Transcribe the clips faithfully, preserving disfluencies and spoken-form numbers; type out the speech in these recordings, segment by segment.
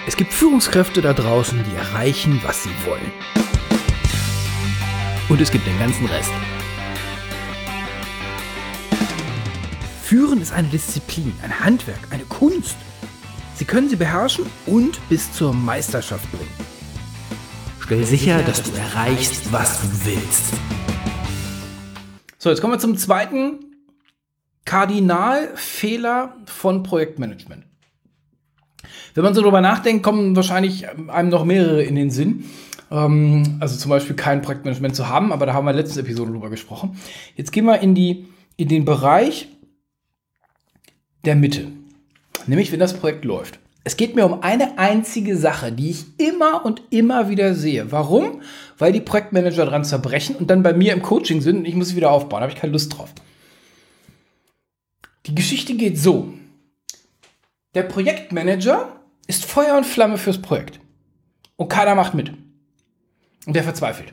Es gibt Führungskräfte da draußen, die erreichen, was sie wollen. Und es gibt den ganzen Rest. Führen ist eine Disziplin, ein Handwerk, eine Kunst. Sie können sie beherrschen und bis zur Meisterschaft bringen. Stell sicher, dass du erreichst, was du willst. So, jetzt kommen wir zum zweiten Kardinalfehler von Projektmanagement. Wenn man so drüber nachdenkt, kommen wahrscheinlich einem noch mehrere in den Sinn. Ähm, also zum Beispiel kein Projektmanagement zu haben, aber da haben wir in der letzten Episode drüber gesprochen. Jetzt gehen wir in, die, in den Bereich der Mitte. Nämlich, wenn das Projekt läuft. Es geht mir um eine einzige Sache, die ich immer und immer wieder sehe. Warum? Weil die Projektmanager dran zerbrechen und dann bei mir im Coaching sind und ich muss sie wieder aufbauen. Da habe ich keine Lust drauf. Die Geschichte geht so. Der Projektmanager ist Feuer und Flamme fürs Projekt. Und keiner macht mit. Und der verzweifelt.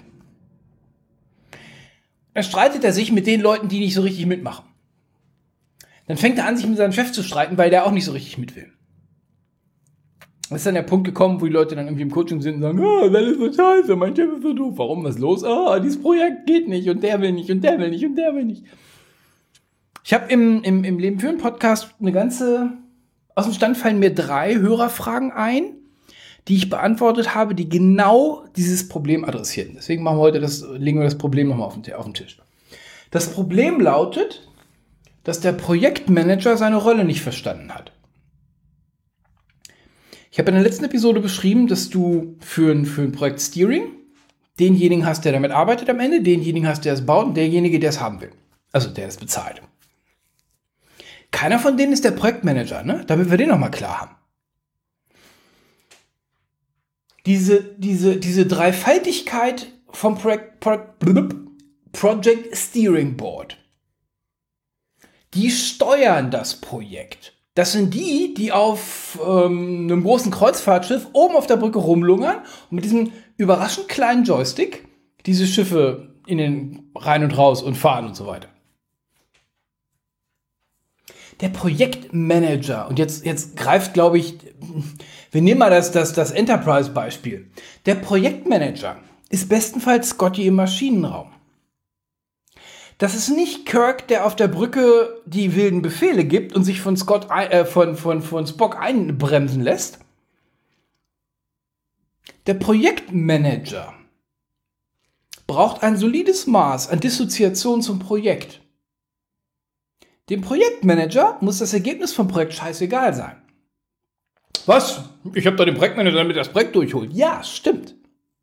Dann streitet er sich mit den Leuten, die nicht so richtig mitmachen. Dann fängt er an, sich mit seinem Chef zu streiten, weil der auch nicht so richtig mit will. Das ist dann der Punkt gekommen, wo die Leute dann irgendwie im Coaching sind und sagen, ah, das ist so scheiße, mein Chef ist so doof. Warum, was ist los? Ah, dieses Projekt geht nicht und der will nicht und der will nicht und der will nicht. Ich habe im, im, im Leben führen Podcast eine ganze, aus dem Stand fallen mir drei Hörerfragen ein, die ich beantwortet habe, die genau dieses Problem adressierten. Deswegen machen wir heute das, legen wir das Problem nochmal auf den, auf den Tisch. Das Problem lautet, dass der Projektmanager seine Rolle nicht verstanden hat. Ich habe in der letzten Episode beschrieben, dass du für ein, für ein Projekt Steering denjenigen hast, der damit arbeitet am Ende, denjenigen hast, der es baut und derjenige, der es haben will. Also der es bezahlt. Keiner von denen ist der Projektmanager, ne? Damit wir den nochmal klar haben. Diese, diese, diese Dreifaltigkeit vom Projekt, Project Steering Board, die steuern das Projekt. Das sind die, die auf ähm, einem großen Kreuzfahrtschiff oben auf der Brücke rumlungern und mit diesem überraschend kleinen Joystick diese Schiffe in den rein und raus und fahren und so weiter. Der Projektmanager, und jetzt, jetzt greift, glaube ich, wir nehmen mal das, das, das Enterprise-Beispiel. Der Projektmanager ist bestenfalls Scotty im Maschinenraum. Das ist nicht Kirk, der auf der Brücke die wilden Befehle gibt und sich von, Scott, äh, von, von, von Spock einbremsen lässt. Der Projektmanager braucht ein solides Maß an Dissoziation zum Projekt. Dem Projektmanager muss das Ergebnis vom Projekt scheißegal sein. Was? Ich habe da den Projektmanager, damit er das Projekt durchholt. Ja, stimmt.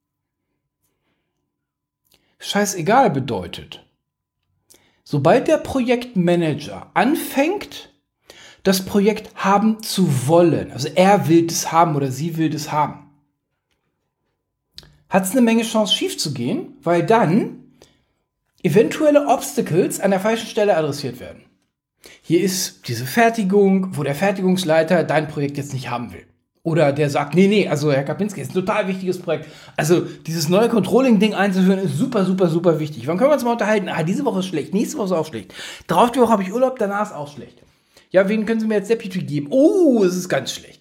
Scheißegal bedeutet, sobald der Projektmanager anfängt, das Projekt haben zu wollen, also er will das haben oder sie will das haben, hat es eine Menge Chance schief zu gehen, weil dann eventuelle Obstacles an der falschen Stelle adressiert werden. Hier ist diese Fertigung, wo der Fertigungsleiter dein Projekt jetzt nicht haben will. Oder der sagt, nee, nee, also Herr Kapinski, ist ein total wichtiges Projekt. Also dieses neue Controlling-Ding einzuführen ist super, super, super wichtig. Wann können wir uns mal unterhalten? Ah, diese Woche ist schlecht, nächste Woche ist auch schlecht. Drauf die Woche habe ich Urlaub, danach ist auch schlecht. Ja, wen können Sie mir jetzt Deputy geben? Oh, es ist ganz schlecht.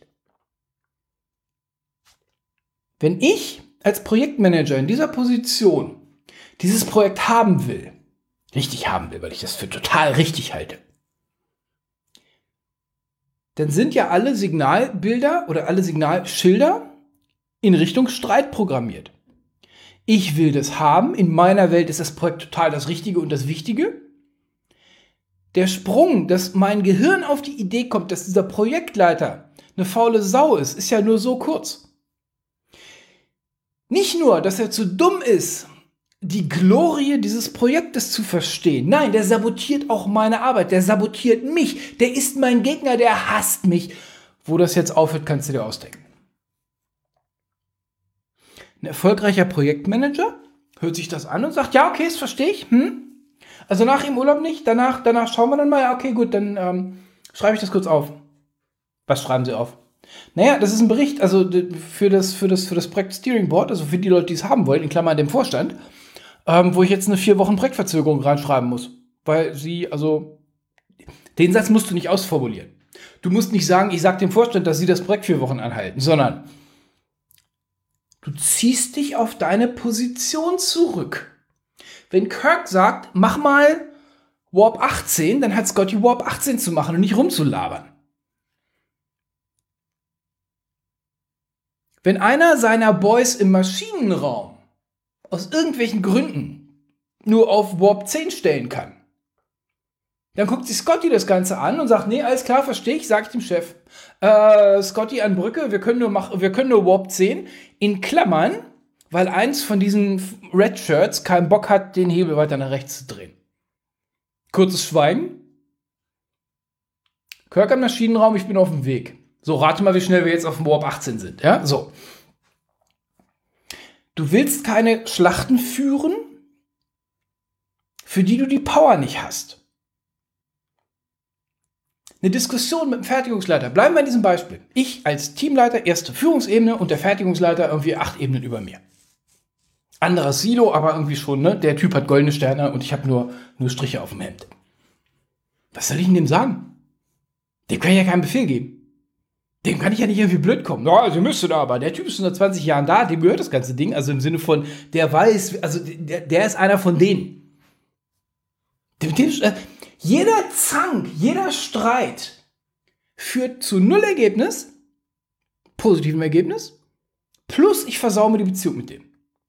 Wenn ich als Projektmanager in dieser Position dieses Projekt haben will, richtig haben will, weil ich das für total richtig halte, dann sind ja alle Signalbilder oder alle Signalschilder in Richtung Streit programmiert. Ich will das haben, in meiner Welt ist das Projekt total das Richtige und das Wichtige. Der Sprung, dass mein Gehirn auf die Idee kommt, dass dieser Projektleiter eine faule Sau ist, ist ja nur so kurz. Nicht nur, dass er zu dumm ist, die Glorie dieses Projektes zu verstehen. Nein, der sabotiert auch meine Arbeit. Der sabotiert mich. Der ist mein Gegner, der hasst mich. Wo das jetzt aufhört, kannst du dir ausdenken. Ein erfolgreicher Projektmanager hört sich das an und sagt, ja, okay, das verstehe ich. Hm? Also nach im Urlaub nicht. Danach, danach schauen wir dann mal. Ja, okay, gut, dann ähm, schreibe ich das kurz auf. Was schreiben Sie auf? Naja, das ist ein Bericht, also für das, für das, für das Projekt Steering Board, also für die Leute, die es haben wollen, in Klammern dem Vorstand, Ähm, wo ich jetzt eine vier Wochen Projektverzögerung reinschreiben muss. Weil sie, also, den Satz musst du nicht ausformulieren. Du musst nicht sagen, ich sag dem Vorstand, dass sie das Projekt vier Wochen anhalten, sondern du ziehst dich auf deine Position zurück. Wenn Kirk sagt, mach mal Warp achtzehn, dann hat Scotty Warp achtzehn zu machen und nicht rumzulabern. Wenn einer seiner Boys im Maschinenraum aus irgendwelchen Gründen nur auf Warp zehn stellen kann, dann guckt sich Scotty das Ganze an und sagt, nee, alles klar, verstehe ich, sag ich dem Chef. Äh, Scotty an Brücke, wir können nur, mach, wir können nur Warp zehn in Klammern, weil eins von diesen Red Shirts keinen Bock hat, den Hebel weiter nach rechts zu drehen. Kurzes Schweigen. Kirk am Maschinenraum, ich bin auf dem Weg. So, rate mal, wie schnell wir jetzt auf dem Warp achtzehn sind. Ja, so. Du willst keine Schlachten führen, für die du die Power nicht hast. Eine Diskussion mit dem Fertigungsleiter. Bleiben wir in diesem Beispiel. Ich als Teamleiter, erste Führungsebene und der Fertigungsleiter irgendwie acht Ebenen über mir. Anderes Silo, aber irgendwie schon, ne? Der Typ hat goldene Sterne und ich habe nur, nur Striche auf dem Hemd. Was soll ich denn dem sagen? Dem kann ich ja keinen Befehl geben. Dem kann ich ja nicht irgendwie blöd kommen. Ja, also müsste da, aber der Typ ist schon seit zwanzig Jahren da, dem gehört das ganze Ding. Also im Sinne von, der weiß, also der, der ist einer von denen. Dem, dem, äh, Jeder Zank, jeder Streit führt zu Null-Ergebnis, positivem Ergebnis, plus ich versau mir die Beziehung mit dem.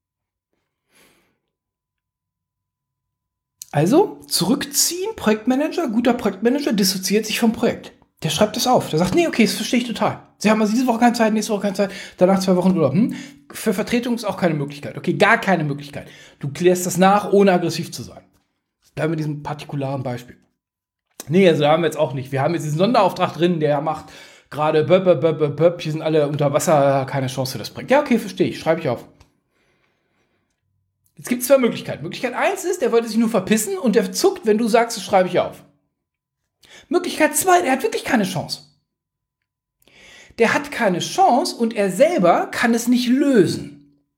Also, zurückziehen, Projektmanager, guter Projektmanager dissoziiert sich vom Projekt. Der schreibt das auf. Der sagt, nee, okay, das verstehe ich total. Sie haben also diese Woche keine Zeit, nächste Woche keine Zeit, danach zwei Wochen Urlaub. Hm? Für Vertretung ist auch keine Möglichkeit. Okay, gar keine Möglichkeit. Du klärst das nach, ohne aggressiv zu sein. Bleiben wir in diesem partikularen Beispiel. Nee, also da haben wir jetzt auch nicht. Wir haben jetzt diesen Sonderauftrag drin, der macht gerade böp, böp, böp, böp, hier sind alle unter Wasser, keine Chance für das Projekt. Ja, okay, verstehe ich, schreibe ich auf. Jetzt gibt es zwei Möglichkeiten. Möglichkeit eins ist, der wollte sich nur verpissen und der zuckt, wenn du sagst, das schreibe ich auf. Möglichkeit zwei, der hat wirklich keine Chance. Der hat keine Chance und er selber kann es nicht lösen.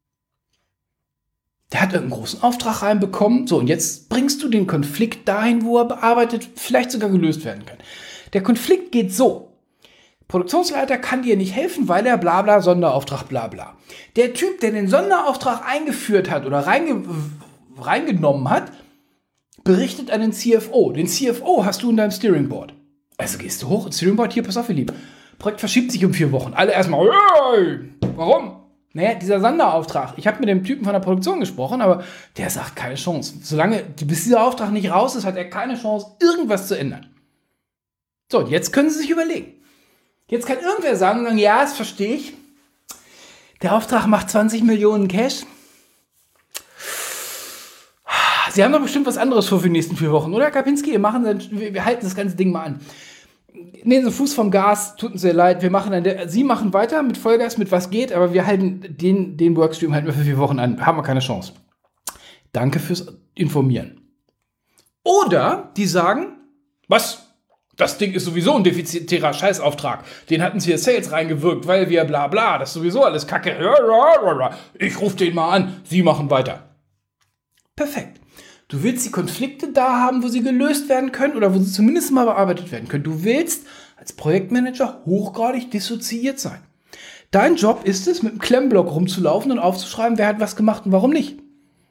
Der hat irgendeinen großen Auftrag reinbekommen. So, und jetzt bringst du den Konflikt dahin, wo er bearbeitet, vielleicht sogar gelöst werden kann. Der Konflikt geht so. Produktionsleiter kann dir nicht helfen, weil er bla bla, Sonderauftrag bla bla. Der Typ, der den Sonderauftrag eingeführt hat oder reinge reingenommen hat, berichtet an den C F O. Den C F O hast du in deinem Steering Board. Also gehst du hoch ins Steering Board, hier, pass auf, ihr Lieben. Projekt verschiebt sich um vier Wochen. Alle erstmal, hey, warum? Naja, dieser Sonderauftrag. Ich habe mit dem Typen von der Produktion gesprochen, aber der sagt, keine Chance. Solange, bis dieser Auftrag nicht raus ist, hat er keine Chance, irgendwas zu ändern. So, und jetzt können Sie sich überlegen. Jetzt kann irgendwer sagen, sagen ja, das verstehe ich. Der Auftrag macht zwanzig Millionen Cash. Sie haben doch bestimmt was anderes vor für die nächsten vier Wochen, oder, Herr Kapinski? Wir, machen dann, wir, wir halten das ganze Ding mal an. Nehmen Sie Fuß vom Gas, tut uns sehr leid. Wir machen dann, Sie machen weiter mit Vollgas, mit was geht, aber wir halten den, den Workstream halten wir für vier Wochen an. Haben wir keine Chance. Danke fürs Informieren. Oder die sagen, was? Das Ding ist sowieso ein defizitärer Scheißauftrag. Den hatten Sie in Sales reingewirkt, weil wir bla bla, das ist sowieso alles Kacke. Ich rufe den mal an, Sie machen weiter. Perfekt. Du willst die Konflikte da haben, wo sie gelöst werden können oder wo sie zumindest mal bearbeitet werden können. Du willst als Projektmanager hochgradig dissoziiert sein. Dein Job ist es, mit einem Klemmblock rumzulaufen und aufzuschreiben, wer hat was gemacht und warum nicht.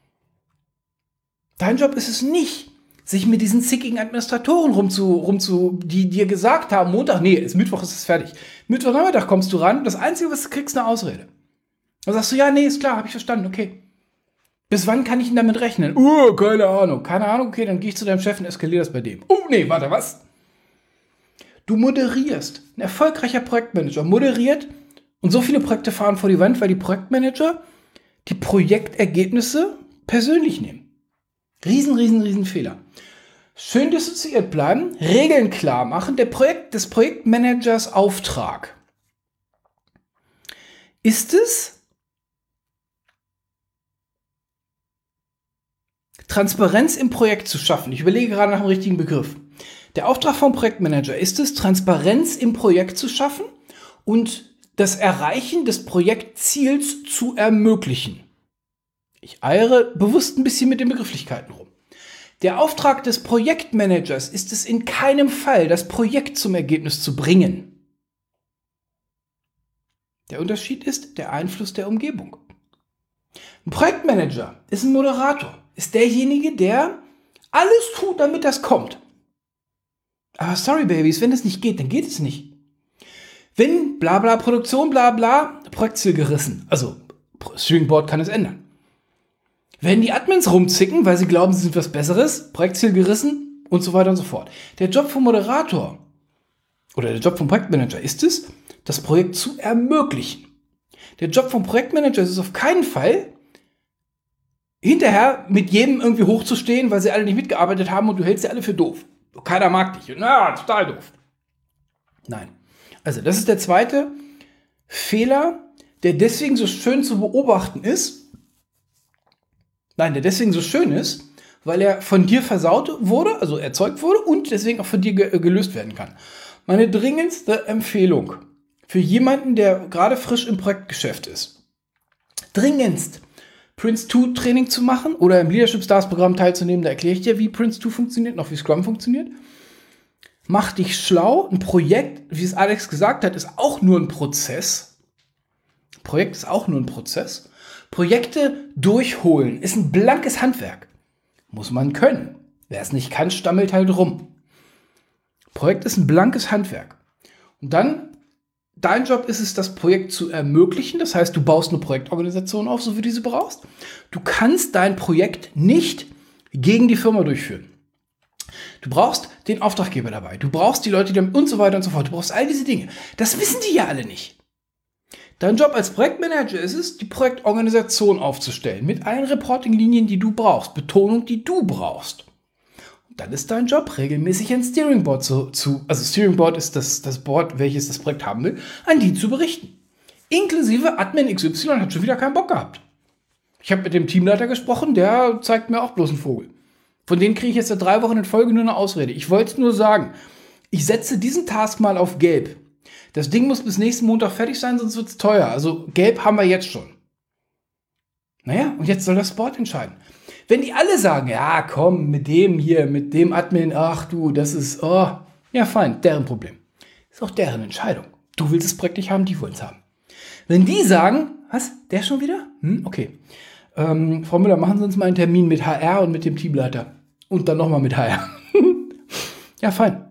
Dein Job ist es nicht, sich mit diesen zickigen Administratoren rumzu, rumzu, die dir gesagt haben, Montag, nee, ist Mittwoch, ist es fertig. Mittwochnachmittag kommst du ran und das Einzige, was du kriegst, ist eine Ausrede. Dann sagst du, ja, nee, ist klar, habe ich verstanden, okay. Bis wann kann ich denn damit rechnen? Uh, keine Ahnung. Keine Ahnung, okay, dann gehe ich zu deinem Chef und eskaliere das bei dem. Oh, nee, warte, was? Du moderierst. Ein erfolgreicher Projektmanager moderiert und so viele Projekte fahren vor die Wand, weil die Projektmanager die Projektergebnisse persönlich nehmen. Riesen, riesen, riesen Fehler. Schön dissoziiert bleiben, Regeln klar machen. Der Projekt, des Projektmanagers Auftrag ist es, Transparenz im Projekt zu schaffen. Ich überlege gerade nach dem richtigen Begriff. Der Auftrag vom Projektmanager ist es, Transparenz im Projekt zu schaffen und das Erreichen des Projektziels zu ermöglichen. Ich eiere bewusst ein bisschen mit den Begrifflichkeiten rum. Der Auftrag des Projektmanagers ist es in keinem Fall, das Projekt zum Ergebnis zu bringen. Der Unterschied ist der Einfluss der Umgebung. Ein Projektmanager ist ein Moderator, ist derjenige, der alles tut, damit das kommt. Aber sorry, Babys, wenn es nicht geht, dann geht es nicht. Wenn bla bla Produktion bla bla, Projektziel gerissen. Also Steering Board kann es ändern. Wenn die Admins rumzicken, weil sie glauben, sie sind was Besseres, Projektziel gerissen und so weiter und so fort. Der Job vom Moderator oder der Job vom Projektmanager ist es, das Projekt zu ermöglichen. Der Job vom Projektmanager ist es auf keinen Fall, hinterher mit jedem irgendwie hochzustehen, weil sie alle nicht mitgearbeitet haben und du hältst sie alle für doof. Keiner mag dich. Na, total doof. Nein. Also, das ist der zweite Fehler, der deswegen so schön zu beobachten ist. Nein, der deswegen so schön ist, weil er von dir versaut wurde, also erzeugt wurde und deswegen auch von dir ge- gelöst werden kann. Meine dringendste Empfehlung für jemanden, der gerade frisch im Projektgeschäft ist, dringendst Prince zwei Training zu machen oder im Leadership Stars Programm teilzunehmen. Da erkläre ich dir, wie Prince zwei funktioniert, noch wie Scrum funktioniert. Mach dich schlau. Ein Projekt, wie es Alex gesagt hat, ist auch nur ein Prozess. Ein Projekt ist auch nur ein Prozess. Projekte durchholen ist ein blankes Handwerk. Muss man können. Wer es nicht kann, stammelt halt rum. Projekt ist ein blankes Handwerk. Und dann, dein Job ist es, das Projekt zu ermöglichen. Das heißt, du baust eine Projektorganisation auf, so wie du sie brauchst. Du kannst dein Projekt nicht gegen die Firma durchführen. Du brauchst den Auftraggeber dabei. Du brauchst die Leute, die damit und so weiter und so fort. Du brauchst all diese Dinge. Das wissen die ja alle nicht. Dein Job als Projektmanager ist es, die Projektorganisation aufzustellen mit allen Reporting-Linien, die du brauchst, Betonung, die du brauchst. Und dann ist dein Job, regelmäßig ein Steering Board zu, zu also Steering Board ist das, das Board, welches das Projekt haben will, an die zu berichten. Inklusive Admin X Y hat schon wieder keinen Bock gehabt. Ich habe mit dem Teamleiter gesprochen, der zeigt mir auch bloß einen Vogel. Von denen kriege ich jetzt seit drei Wochen in Folge nur eine Ausrede. Ich wollte es nur sagen, ich setze diesen Task mal auf gelb. Das Ding muss bis nächsten Montag fertig sein, sonst wird es teuer. Also gelb haben wir jetzt schon. Naja, und jetzt soll das Board entscheiden. Wenn die alle sagen, ja komm, mit dem hier, mit dem Admin, ach du, das ist, oh, ja fein, deren Problem. Ist auch deren Entscheidung. Du willst das Projekt nicht haben, die wollen es haben. Wenn die sagen, was, der schon wieder? Hm, okay. Ähm, Frau Müller, machen Sie uns mal einen Termin mit H R und mit dem Teamleiter. Und dann nochmal mit H R. Ja, fein.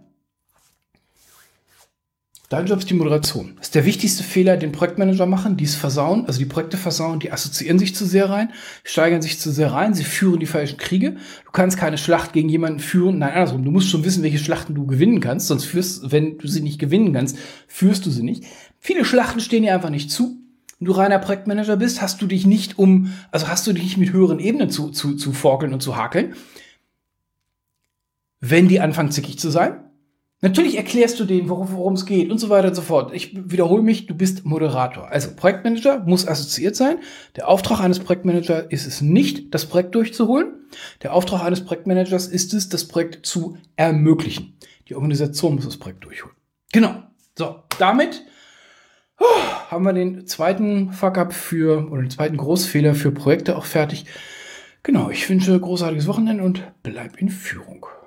Dein Job ist die Moderation. Das ist der wichtigste Fehler, den Projektmanager machen. Die es versauen, also die Projekte versauen, die assoziieren sich zu sehr rein, steigern sich zu sehr rein, sie führen die falschen Kriege. Du kannst keine Schlacht gegen jemanden führen. Nein, andersrum. Du musst schon wissen, welche Schlachten du gewinnen kannst. Sonst führst, wenn du sie nicht gewinnen kannst, führst du sie nicht. Viele Schlachten stehen dir einfach nicht zu. Wenn du reiner Projektmanager bist, hast du dich nicht um, also hast du dich nicht mit höheren Ebenen zu, zu, zu forkeln und zu hakeln. Wenn die anfangen, zickig zu sein. Natürlich erklärst du denen, worum es geht und so weiter und so fort. Ich wiederhole mich, du bist Moderator. Also Projektmanager muss assoziiert sein. Der Auftrag eines Projektmanagers ist es nicht, das Projekt durchzuholen. Der Auftrag eines Projektmanagers ist es, das Projekt zu ermöglichen. Die Organisation muss das Projekt durchholen. Genau. So, damit oh, haben wir den zweiten Fuck-up für, oder den zweiten Großfehler für Projekte auch fertig. Genau, ich wünsche großartiges Wochenende und bleib in Führung.